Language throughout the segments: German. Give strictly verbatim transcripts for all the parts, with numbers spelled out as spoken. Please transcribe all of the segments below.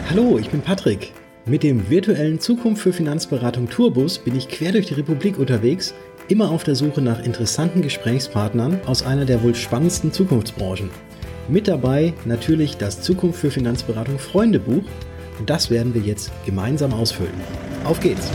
Hallo, ich bin Patrick. Mit dem virtuellen Zukunft für Finanzberatung Tourbus bin ich quer durch die Republik unterwegs, immer auf der Suche nach interessanten Gesprächspartnern aus einer der wohl spannendsten Zukunftsbranchen. Mit dabei natürlich das Zukunft für Finanzberatung Freundebuch und das werden wir jetzt gemeinsam ausfüllen. Auf geht's!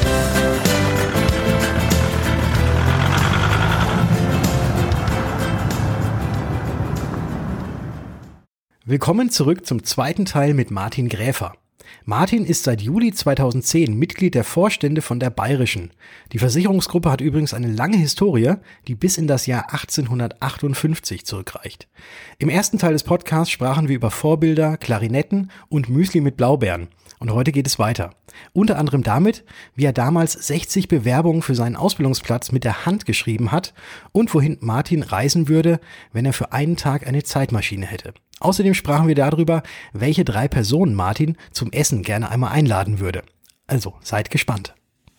Willkommen zurück zum zweiten Teil mit Martin Gräfer. Martin ist seit Juli zweitausendzehn Mitglied der Vorstände von der Bayerischen. Die Versicherungsgruppe hat übrigens eine lange Historie, die bis in das Jahr achtzehnhundertachtundfünfzig zurückreicht. Im ersten Teil des Podcasts sprachen wir über Vorbilder, Klarinetten und Müsli mit Blaubeeren. Und heute geht es weiter. Unter anderem damit, wie er damals sechzig Bewerbungen für seinen Ausbildungsplatz mit der Hand geschrieben hat und wohin Martin reisen würde, wenn er für einen Tag eine Zeitmaschine hätte. Außerdem sprachen wir darüber, welche drei Personen Martin zum Essen gerne einmal einladen würde. Also seid gespannt.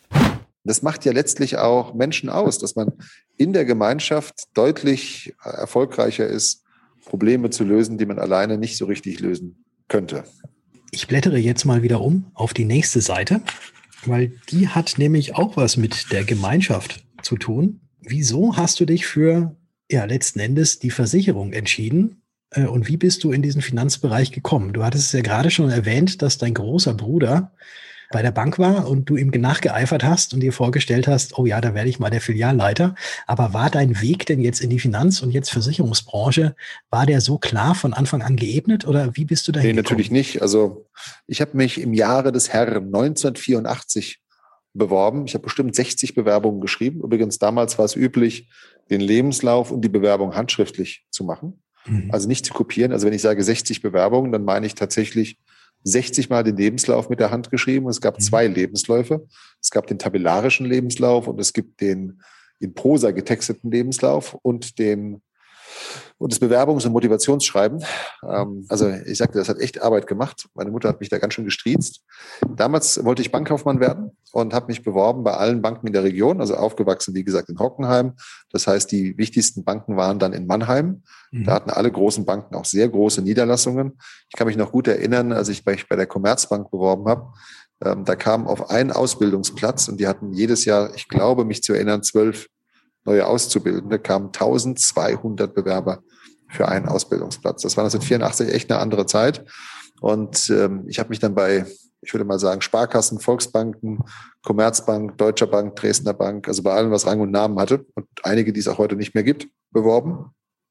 Das macht ja letztlich auch Menschen aus, dass man in der Gemeinschaft deutlich erfolgreicher ist, Probleme zu lösen, die man alleine nicht so richtig lösen könnte. Ich blättere jetzt mal wieder um auf die nächste Seite, weil die hat nämlich auch was mit der Gemeinschaft zu tun. Wieso hast du dich für, ja, letzten Endes die Versicherung entschieden? Und wie bist du in diesen Finanzbereich gekommen? Du hattest es ja gerade schon erwähnt, dass dein großer Bruder bei der Bank war und du ihm nachgeeifert hast und dir vorgestellt hast, oh ja, da werde ich mal der Filialleiter. Aber war dein Weg denn jetzt in die Finanz- und jetzt Versicherungsbranche, war der so klar von Anfang an geebnet oder wie bist du dahin Nee, gekommen? Natürlich nicht. Also ich habe mich im Jahre des Herrn neunzehnhundertvierundachtzig beworben. Ich habe bestimmt sechzig Bewerbungen geschrieben. Übrigens, damals war es üblich, den Lebenslauf und die Bewerbung handschriftlich zu machen. Mhm. Also nicht zu kopieren. Also wenn ich sage sechzig Bewerbungen, dann meine ich tatsächlich sechzig Mal den Lebenslauf mit der Hand geschrieben. Es gab mhm. zwei Lebensläufe. Es gab den tabellarischen Lebenslauf und es gibt den in Prosa getexteten Lebenslauf und den und das Bewerbungs- und Motivationsschreiben. Ähm, also ich sagte, das hat echt Arbeit gemacht. Meine Mutter hat mich da ganz schön gestriezt. Damals wollte ich Bankkaufmann werden und habe mich beworben bei allen Banken in der Region, also aufgewachsen, wie gesagt, in Hockenheim. Das heißt, die wichtigsten Banken waren dann in Mannheim. Mhm. Da hatten alle großen Banken auch sehr große Niederlassungen. Ich kann mich noch gut erinnern, als ich mich bei der Commerzbank beworben habe. Ähm, da kam auf einen Ausbildungsplatz und die hatten jedes Jahr, ich glaube, mich zu erinnern, zwölf neue Auszubildende, kamen eintausendzweihundert Bewerber für einen Ausbildungsplatz. Das war neunzehnhundertvierundachtzig echt eine andere Zeit. Und ähm, ich habe mich dann bei, ich würde mal sagen, Sparkassen, Volksbanken, Commerzbank, Deutscher Bank, Dresdner Bank, also bei allem, was Rang und Namen hatte und einige, die es auch heute nicht mehr gibt, beworben.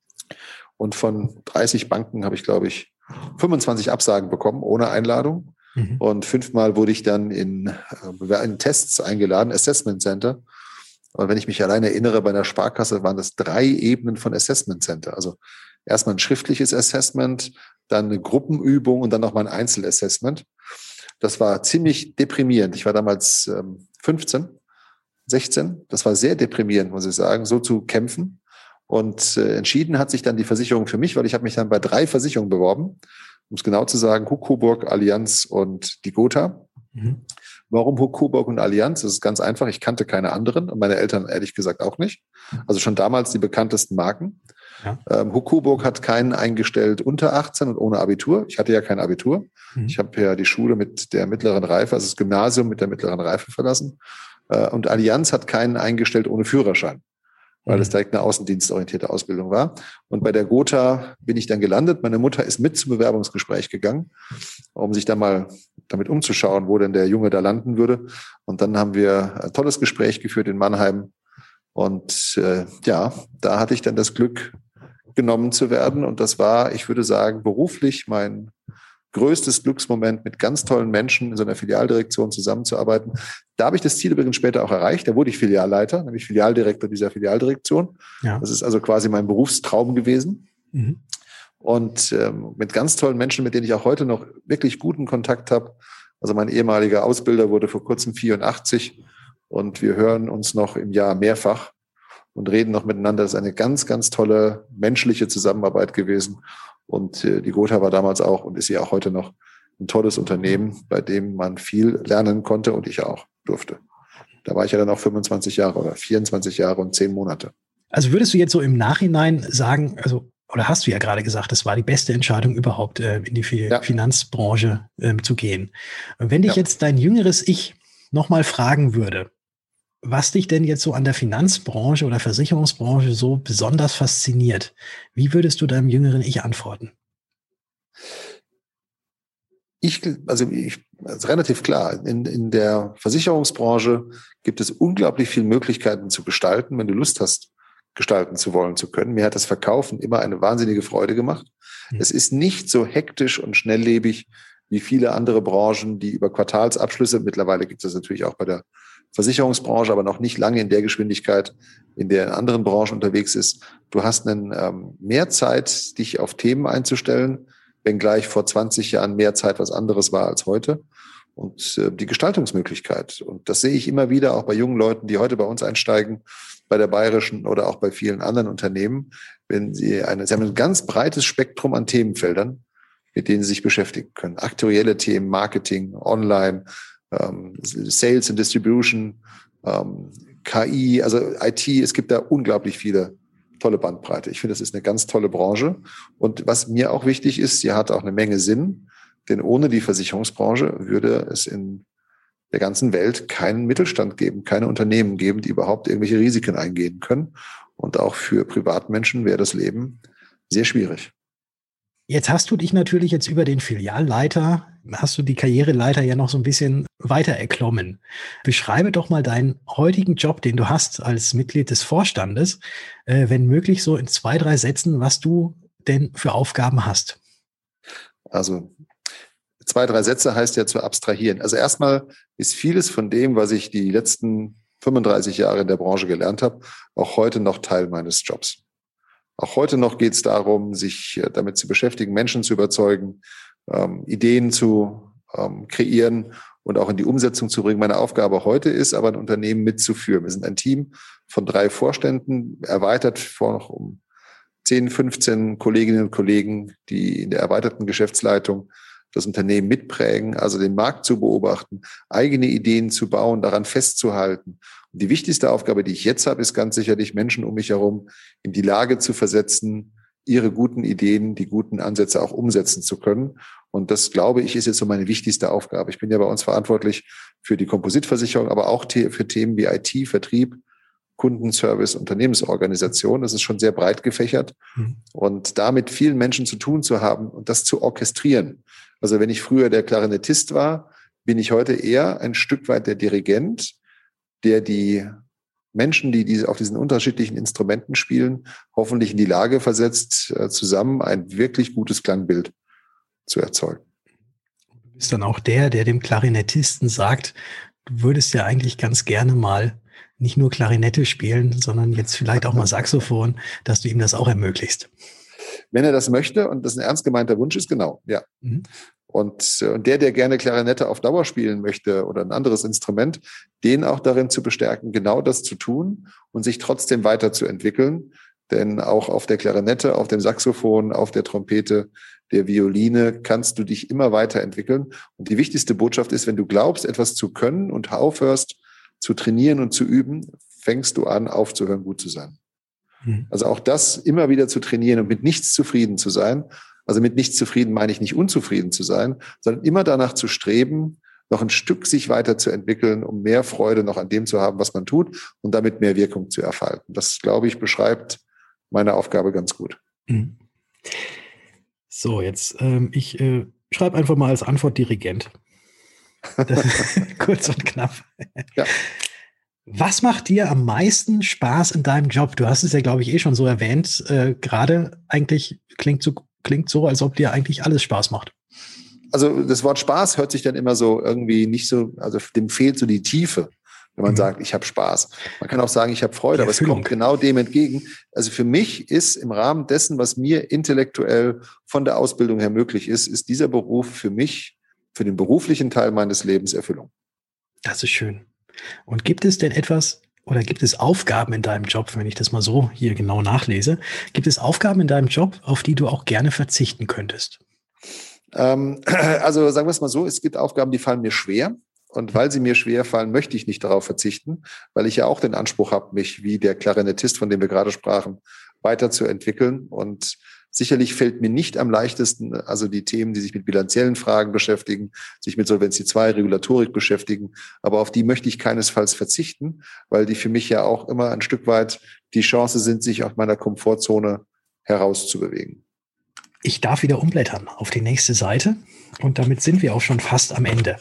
Und von dreißig Banken habe ich, glaube ich, fünfundzwanzig Absagen bekommen, ohne Einladung. Mhm. Und fünfmal wurde ich dann in, äh, in Tests eingeladen, Assessment Center. Aber wenn ich mich allein erinnere, bei einer Sparkasse waren das drei Ebenen von Assessment Center. Also erstmal ein schriftliches Assessment, dann eine Gruppenübung und dann nochmal ein Einzelassessment. Das war ziemlich deprimierend. Ich war damals ähm, fünfzehn, sechzehn. Das war sehr deprimierend, muss ich sagen, so zu kämpfen. Und äh, entschieden hat sich dann die Versicherung für mich, weil ich habe mich dann bei drei Versicherungen beworben. Um es genau zu sagen, Huck, Coburg, Allianz und die Gotha. Mhm. Warum Huck, Coburg und Allianz? Das ist ganz einfach. Ich kannte keine anderen und meine Eltern ehrlich gesagt auch nicht. Also schon damals die bekanntesten Marken. Ja. Ähm, Huck, Coburg hat keinen eingestellt unter achtzehn und ohne Abitur. Ich hatte ja kein Abitur. Mhm. Ich habe ja die Schule mit der mittleren Reife, also das Gymnasium mit der mittleren Reife verlassen. Äh, und Allianz hat keinen eingestellt ohne Führerschein, weil es direkt eine außendienstorientierte Ausbildung war. Und bei der Gotha bin ich dann gelandet. Meine Mutter ist mit zum Bewerbungsgespräch gegangen, um sich da mal damit umzuschauen, wo denn der Junge da landen würde. Und dann haben wir ein tolles Gespräch geführt in Mannheim. Und äh, ja, da hatte ich dann das Glück, genommen zu werden. Und das war, ich würde sagen, beruflich mein größtes Glücksmoment, mit ganz tollen Menschen in so einer Filialdirektion zusammenzuarbeiten. Da habe ich das Ziel übrigens später auch erreicht. Da wurde ich Filialleiter, nämlich Filialdirektor dieser Filialdirektion. Ja. Das ist also quasi mein Berufstraum gewesen. Mhm. Und ähm, mit ganz tollen Menschen, mit denen ich auch heute noch wirklich guten Kontakt habe. Also mein ehemaliger Ausbilder wurde vor kurzem vierundachtzig und wir hören uns noch im Jahr mehrfach und reden noch miteinander. Das ist eine ganz, ganz tolle menschliche Zusammenarbeit gewesen. Und äh, die Gotha war damals auch und ist sie auch heute noch ein tolles Unternehmen, bei dem man viel lernen konnte und ich auch durfte. Da war ich ja dann auch fünfundzwanzig Jahre oder vierundzwanzig Jahre und zehn Monate. Also würdest du jetzt so im Nachhinein sagen, also oder hast du ja gerade gesagt, es war die beste Entscheidung überhaupt, äh, in die Fi- Ja, Finanzbranche ähm, zu gehen. Und wenn dich ja. jetzt dein jüngeres Ich nochmal fragen würde, was dich denn jetzt so an der Finanzbranche oder Versicherungsbranche so besonders fasziniert, wie würdest du deinem jüngeren Ich antworten? Ich, also ich, also relativ klar, in, in der Versicherungsbranche gibt es unglaublich viele Möglichkeiten zu gestalten, wenn du Lust hast, gestalten zu wollen, zu können. Mir hat das Verkaufen immer eine wahnsinnige Freude gemacht. Hm. Es ist nicht so hektisch und schnelllebig wie viele andere Branchen, die über Quartalsabschlüsse, mittlerweile gibt es das natürlich auch bei der Versicherungsbranche, aber noch nicht lange in der Geschwindigkeit, in der in anderen Branchen unterwegs ist. Du hast einen, ähm, mehr Zeit, dich auf Themen einzustellen, wenngleich vor zwanzig Jahren mehr Zeit was anderes war als heute. Und äh, die Gestaltungsmöglichkeit. Und das sehe ich immer wieder auch bei jungen Leuten, die heute bei uns einsteigen, bei der Bayerischen oder auch bei vielen anderen Unternehmen, wenn sie eine, sie haben ein ganz breites Spektrum an Themenfeldern, mit denen sie sich beschäftigen können. Aktuelle Themen, Marketing, Online, ähm, Sales and Distribution, ähm, K I, also I T. Es gibt da unglaublich viele tolle Bandbreite. Ich finde, das ist eine ganz tolle Branche. Und was mir auch wichtig ist, sie hat auch eine Menge Sinn, denn ohne die Versicherungsbranche würde es in der ganzen Welt keinen Mittelstand geben, keine Unternehmen geben, die überhaupt irgendwelche Risiken eingehen können. Und auch für Privatmenschen wäre das Leben sehr schwierig. Jetzt hast du dich natürlich jetzt über den Filialleiter, hast du die Karriereleiter ja noch so ein bisschen weiter erklommen. Beschreibe doch mal deinen heutigen Job, den du hast als Mitglied des Vorstandes, äh, wenn möglich so in zwei, drei Sätzen, was du denn für Aufgaben hast. Also zwei, drei Sätze heißt ja zu abstrahieren. Also erstmal ist vieles von dem, was ich die letzten fünfunddreißig Jahre in der Branche gelernt habe, auch heute noch Teil meines Jobs. Auch heute noch geht es darum, sich damit zu beschäftigen, Menschen zu überzeugen, ähm, Ideen zu ähm, kreieren und auch in die Umsetzung zu bringen. Meine Aufgabe heute ist aber, ein Unternehmen mitzuführen. Wir sind ein Team von drei Vorständen, erweitert vor noch um zehn, fünfzehn Kolleginnen und Kollegen, die in der erweiterten Geschäftsleitung das Unternehmen mitprägen, also den Markt zu beobachten, eigene Ideen zu bauen, daran festzuhalten. Und die wichtigste Aufgabe, die ich jetzt habe, ist ganz sicherlich, Menschen um mich herum in die Lage zu versetzen, ihre guten Ideen, die guten Ansätze auch umsetzen zu können. Und das, glaube ich, ist jetzt so meine wichtigste Aufgabe. Ich bin ja bei uns verantwortlich für die Kompositversicherung, aber auch für Themen wie I T, Vertrieb, Kundenservice, Unternehmensorganisation. Das ist schon sehr breit gefächert. Mhm. Und damit vielen Menschen zu tun zu haben und das zu orchestrieren. Also wenn ich früher der Klarinettist war, bin ich heute eher ein Stück weit der Dirigent, der die Menschen, die diese, auf diesen unterschiedlichen Instrumenten spielen, hoffentlich in die Lage versetzt, zusammen ein wirklich gutes Klangbild zu erzeugen. Du bist dann auch der, der dem Klarinettisten sagt, du würdest ja eigentlich ganz gerne mal nicht nur Klarinette spielen, sondern jetzt vielleicht auch mal Saxophon, dass du ihm das auch ermöglicht. Wenn er das möchte und das ein ernst gemeinter Wunsch ist, genau, ja. Mhm. Und, und der, der gerne Klarinette auf Dauer spielen möchte oder ein anderes Instrument, den auch darin zu bestärken, genau das zu tun und sich trotzdem weiterzuentwickeln. Denn auch auf der Klarinette, auf dem Saxophon, auf der Trompete, der Violine kannst du dich immer weiterentwickeln. Und die wichtigste Botschaft ist, wenn du glaubst, etwas zu können und aufhörst zu trainieren und zu üben, fängst du an, aufzuhören, gut zu sein. Mhm. Also auch das immer wieder zu trainieren und mit nichts zufrieden zu sein. Also mit nichts zufrieden meine ich nicht unzufrieden zu sein, sondern immer danach zu streben, noch ein Stück sich weiterzuentwickeln, um mehr Freude noch an dem zu haben, was man tut und damit mehr Wirkung zu erfalten. Das, glaube ich, beschreibt meine Aufgabe ganz gut. Mhm. So, jetzt, ähm, ich äh, schreibe einfach mal als Antwort Dirigent. Das ist kurz und knapp. Ja. Was macht dir am meisten Spaß in deinem Job? Du hast es ja, glaube ich, eh schon so erwähnt. Äh, gerade eigentlich klingt so, klingt so, als ob dir eigentlich alles Spaß macht. Also das Wort Spaß hört sich dann immer so irgendwie nicht so, also dem fehlt so die Tiefe, wenn man mhm. sagt, ich habe Spaß. Man kann auch sagen, ich habe Freude, aber es kommt genau dem entgegen. Also für mich ist im Rahmen dessen, was mir intellektuell von der Ausbildung her möglich ist, ist dieser Beruf für mich, für den beruflichen Teil meines Lebens Erfüllung. Das ist schön. Und gibt es denn etwas oder gibt es Aufgaben in deinem Job, wenn ich das mal so hier genau nachlese, gibt es Aufgaben in deinem Job, auf die du auch gerne verzichten könntest? Ähm, also sagen wir es mal so, es gibt Aufgaben, die fallen mir schwer. Und weil sie mir schwer fallen, möchte ich nicht darauf verzichten, weil ich ja auch den Anspruch habe, mich wie der Klarinettist, von dem wir gerade sprachen, weiterzuentwickeln und Sicherlich fällt mir nicht am leichtesten, also die Themen, die sich mit bilanziellen Fragen beschäftigen, sich mit Solvency zwei, Regulatorik beschäftigen, aber auf die möchte ich keinesfalls verzichten, weil die für mich ja auch immer ein Stück weit die Chance sind, sich aus meiner Komfortzone herauszubewegen. Ich darf wieder umblättern auf die nächste Seite und damit sind wir auch schon fast am Ende.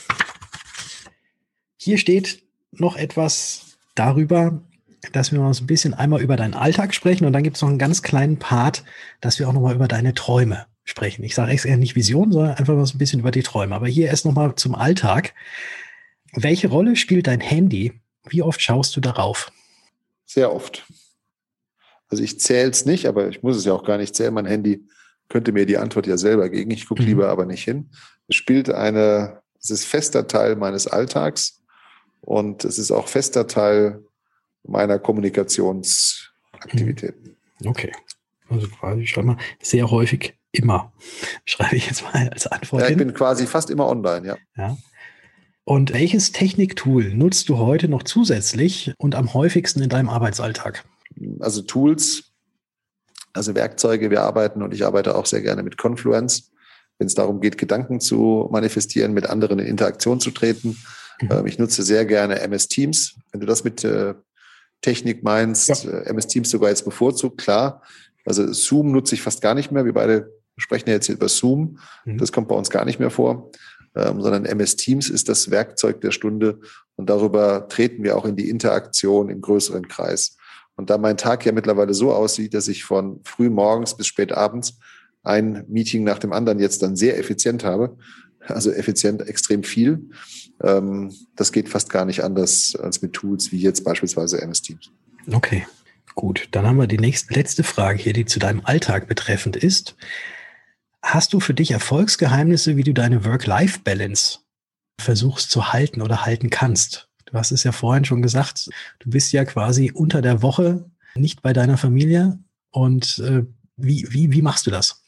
Hier steht noch etwas darüber, dass wir mal so ein bisschen einmal über deinen Alltag sprechen und dann gibt es noch einen ganz kleinen Part, dass wir auch noch mal über deine Träume sprechen. Ich sage extra nicht Vision, sondern einfach mal so ein bisschen über die Träume. Aber hier erst noch mal zum Alltag. Welche Rolle spielt dein Handy? Wie oft schaust du darauf? Sehr oft. Also ich zähle es nicht, aber ich muss es ja auch gar nicht zählen. Mein Handy könnte mir die Antwort ja selber geben. Ich gucke mhm. lieber aber nicht hin. Es spielt eine, es ist fester Teil meines Alltags und es ist auch fester Teil meiner Kommunikationsaktivitäten. Okay. Also quasi, ich schreibe mal, sehr häufig immer. Schreibe ich jetzt mal als Antwort. Ja, ich hin. bin quasi fast immer online, ja. Ja. Und welches Techniktool nutzt du heute noch zusätzlich und am häufigsten in deinem Arbeitsalltag? Also Tools, also Werkzeuge, wir arbeiten und ich arbeite auch sehr gerne mit Confluence, wenn es darum geht, Gedanken zu manifestieren, mit anderen in Interaktion zu treten. Mhm. Ich nutze sehr gerne M S Teams. Wenn du das mit äh, Technik meinst, ja. M S Teams sogar jetzt bevorzugt, klar. Also Zoom nutze ich fast gar nicht mehr. Wir beide sprechen ja jetzt hier über Zoom. Mhm. Das kommt bei uns gar nicht mehr vor. Ähm, sondern M S Teams ist das Werkzeug der Stunde und darüber treten wir auch in die Interaktion im größeren Kreis. Und da mein Tag ja mittlerweile so aussieht, dass ich von früh morgens bis spät abends ein Meeting nach dem anderen jetzt dann sehr effizient habe, also effizient extrem viel, ähm, das geht fast gar nicht anders als mit Tools wie jetzt beispielsweise M S Teams. Okay, gut. Dann haben wir die nächste, letzte Frage hier, die zu deinem Alltag betreffend ist. Hast du für dich Erfolgsgeheimnisse, wie du deine Work-Life-Balance versuchst zu halten oder halten kannst? Du hast es ja vorhin schon gesagt, du bist ja quasi unter der Woche nicht bei deiner Familie. Und äh, wie, wie, wie machst du das?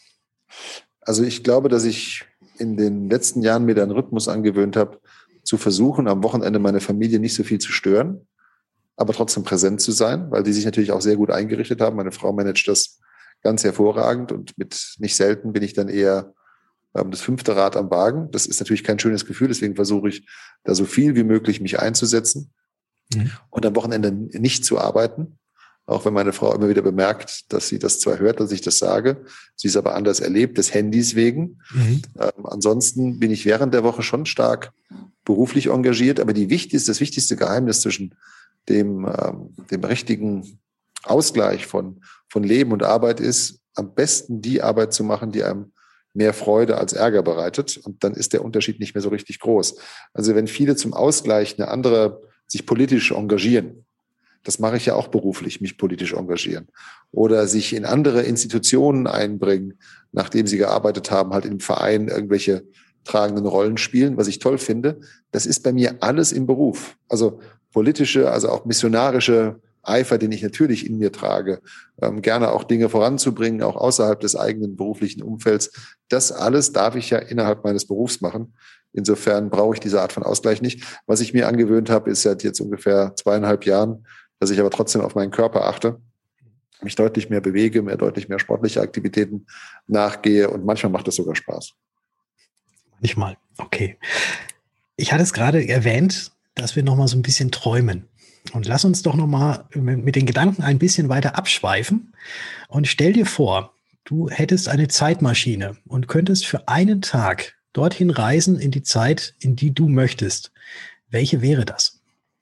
Also ich glaube, dass ich in den letzten Jahren mir den Rhythmus angewöhnt habe, zu versuchen, am Wochenende meine Familie nicht so viel zu stören, aber trotzdem präsent zu sein, weil die sich natürlich auch sehr gut eingerichtet haben. Meine Frau managt das ganz hervorragend und mit nicht selten bin ich dann eher ähm, das fünfte Rad am Wagen. Das ist natürlich kein schönes Gefühl, deswegen versuche ich, da so viel wie möglich mich einzusetzen mhm. und am Wochenende nicht zu arbeiten. Auch wenn meine Frau immer wieder bemerkt, dass sie das zwar hört, dass ich das sage, sie es aber anders erlebt, des Handys wegen. Mhm. Ähm, ansonsten bin ich während der Woche schon stark beruflich engagiert, aber die wichtigste, das wichtigste Geheimnis zwischen dem, ähm, dem richtigen Ausgleich von, von Leben und Arbeit ist, am besten die Arbeit zu machen, die einem mehr Freude als Ärger bereitet. Und dann ist der Unterschied nicht mehr so richtig groß. Also wenn viele zum Ausgleich eine andere sich politisch engagieren, das mache ich ja auch beruflich, mich politisch engagieren. Oder sich in andere Institutionen einbringen, nachdem sie gearbeitet haben, halt im Verein irgendwelche tragenden Rollen spielen, was ich toll finde. Das ist bei mir alles im Beruf. Also politische, also auch missionarische Eifer, den ich natürlich in mir trage, ähm, gerne auch Dinge voranzubringen, auch außerhalb des eigenen beruflichen Umfelds. Das alles darf ich ja innerhalb meines Berufs machen. Insofern brauche ich diese Art von Ausgleich nicht. Was ich mir angewöhnt habe, ist seit jetzt ungefähr zweieinhalb Jahren, dass ich aber trotzdem auf meinen Körper achte, mich deutlich mehr bewege, mehr deutlich mehr sportliche Aktivitäten nachgehe und manchmal macht das sogar Spaß. Manchmal, okay. Ich hatte es gerade erwähnt, dass wir noch mal so ein bisschen träumen. Und lass uns doch noch mal mit den Gedanken ein bisschen weiter abschweifen und stell dir vor, du hättest eine Zeitmaschine und könntest für einen Tag dorthin reisen in die Zeit, in die du möchtest. Welche wäre das?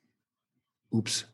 Ups.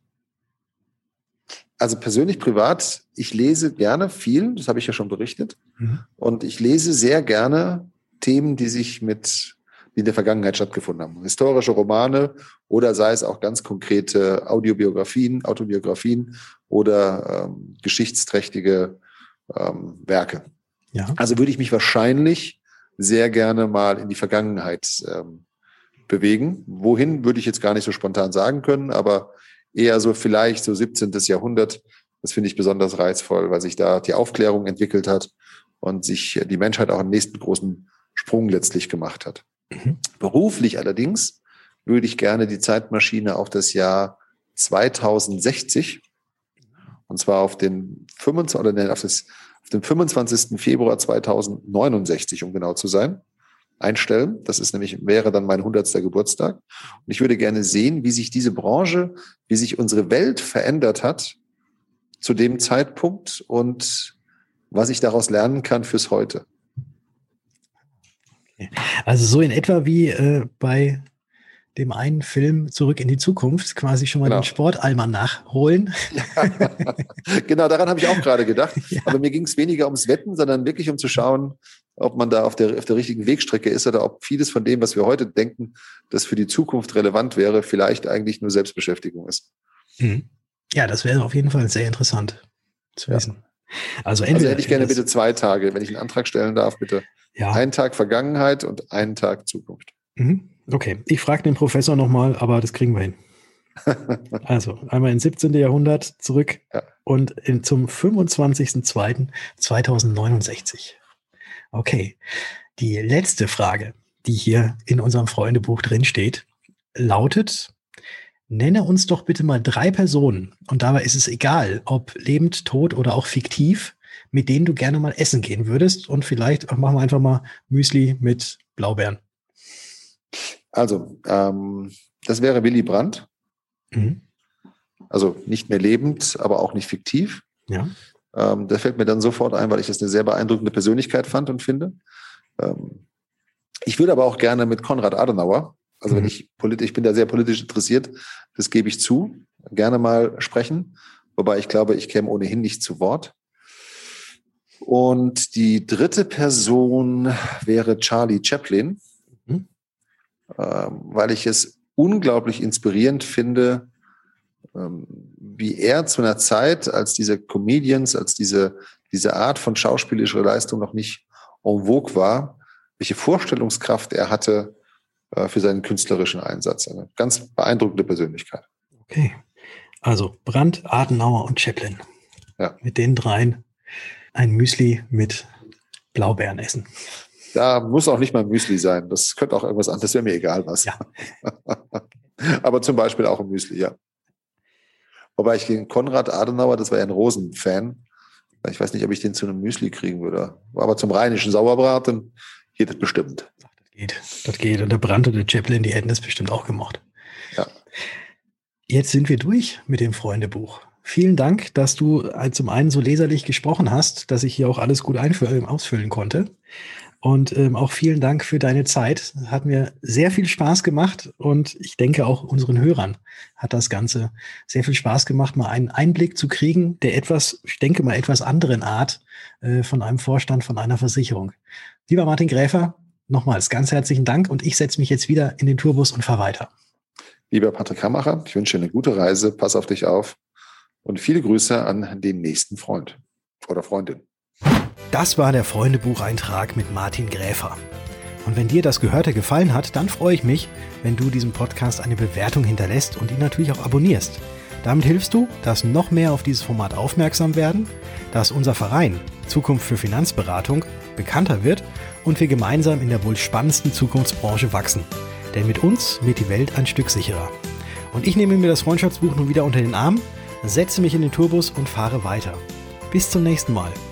Also persönlich, privat, ich lese gerne viel, das habe ich ja schon berichtet. Mhm. Und ich lese sehr gerne Themen, die sich mit, die in der Vergangenheit stattgefunden haben. Historische Romane oder sei es auch ganz konkrete Audiobiografien, Autobiografien oder ähm, geschichtsträchtige ähm, Werke. Ja. Also würde ich mich wahrscheinlich sehr gerne mal in die Vergangenheit ähm, bewegen. Wohin, würde ich jetzt gar nicht so spontan sagen können, aber eher so vielleicht so siebzehnten. Jahrhundert. Das finde ich besonders reizvoll, weil sich da die Aufklärung entwickelt hat und sich die Menschheit auch einen nächsten großen Sprung letztlich gemacht hat. Mhm. Beruflich allerdings würde ich gerne die Zeitmaschine auf das Jahr zweitausendsechzig und zwar auf den fünfundzwanzigsten oder auf das, auf den fünfundzwanzigsten Februar zweitausendneunundsechzig, um genau zu sein, einstellen. Das ist nämlich, wäre dann mein hundertster Geburtstag. Und ich würde gerne sehen, wie sich diese Branche, wie sich unsere Welt verändert hat zu dem Zeitpunkt und was ich daraus lernen kann fürs Heute. Also so in etwa wie äh, bei dem einen Film Zurück in die Zukunft, quasi schon mal genau. Den Sportalmanach holen. Ja, genau, daran habe ich auch gerade gedacht. Ja. Aber mir ging es weniger ums Wetten, sondern wirklich um zu schauen, ob man da auf der, auf der richtigen Wegstrecke ist oder ob vieles von dem, was wir heute denken, das für die Zukunft relevant wäre, vielleicht eigentlich nur Selbstbeschäftigung ist. Mhm. Ja, das wäre auf jeden Fall sehr interessant zu wissen. Ja. Also, entweder, also hätte ich gerne bitte zwei Tage, wenn ich einen Antrag stellen darf, bitte. Ja. Einen Tag Vergangenheit und einen Tag Zukunft. Mhm. Okay, ich frage den Professor nochmal, aber das kriegen wir hin. Also einmal ins siebzehnten Jahrhundert zurück ja. und in, zum fünfundzwanzigsten zweiten zweitausendneunundsechzig. Okay, die letzte Frage, die hier in unserem Freundebuch drin steht, lautet: Nenne uns doch bitte mal drei Personen, und dabei ist es egal, ob lebend, tot oder auch fiktiv, mit denen du gerne mal essen gehen würdest, und vielleicht machen wir einfach mal Müsli mit Blaubeeren. Also, ähm, das wäre Willy Brandt. Mhm. Also nicht mehr lebend, aber auch nicht fiktiv. Ja. Ähm, das fällt mir dann sofort ein, weil ich das eine sehr beeindruckende Persönlichkeit fand und finde. Ähm, ich würde aber auch gerne mit Konrad Adenauer, also mhm. wenn ich politisch, ich bin da sehr politisch interessiert, das gebe ich zu, gerne mal sprechen. Wobei ich glaube, ich käme ohnehin nicht zu Wort. Und die dritte Person wäre Charlie Chaplin. Mhm. Weil ich es unglaublich inspirierend finde, wie er zu einer Zeit, als diese Comedians, als diese, diese Art von schauspielerischer Leistung noch nicht en vogue war, welche Vorstellungskraft er hatte für seinen künstlerischen Einsatz. Eine ganz beeindruckende Persönlichkeit. Okay, also Brandt, Adenauer und Chaplin. Ja. Mit den dreien ein Müsli mit Blaubeeren essen. Da muss auch nicht mal Müsli sein. Das könnte auch irgendwas anderes, wäre mir egal was. Ja. Aber zum Beispiel auch ein Müsli, ja. Wobei ich gegen Konrad Adenauer, das war ja ein Rosen-Fan. Ich weiß nicht, ob ich den zu einem Müsli kriegen würde. Aber zum rheinischen Sauerbraten geht das bestimmt. Ach, das geht. Das geht. Und der Brandt und der Chaplin, die hätten das bestimmt auch gemocht. Ja. Jetzt sind wir durch mit dem Freundebuch. Vielen Dank, dass du zum einen so leserlich gesprochen hast, dass ich hier auch alles gut einfüllen, ausfüllen konnte. Und ähm, auch vielen Dank für deine Zeit. Hat mir sehr viel Spaß gemacht, und ich denke auch unseren Hörern hat das Ganze sehr viel Spaß gemacht, mal einen Einblick zu kriegen, der etwas, ich denke mal, etwas anderen Art äh, von einem Vorstand von einer Versicherung. Lieber Martin Gräfer, nochmals ganz herzlichen Dank, und ich setze mich jetzt wieder in den Tourbus und fahre weiter. Lieber Patrick Hammacher, ich wünsche dir eine gute Reise, pass auf dich auf und viele Grüße an den nächsten Freund oder Freundin. Das war der Freundebucheintrag mit Martin Gräfer. Und wenn dir das Gehörte gefallen hat, dann freue ich mich, wenn du diesem Podcast eine Bewertung hinterlässt und ihn natürlich auch abonnierst. Damit hilfst du, dass noch mehr auf dieses Format aufmerksam werden, dass unser Verein Zukunft für Finanzberatung bekannter wird und wir gemeinsam in der wohl spannendsten Zukunftsbranche wachsen. Denn mit uns wird die Welt ein Stück sicherer. Und ich nehme mir das Freundschaftsbuch nun wieder unter den Arm, setze mich in den Tourbus und fahre weiter. Bis zum nächsten Mal.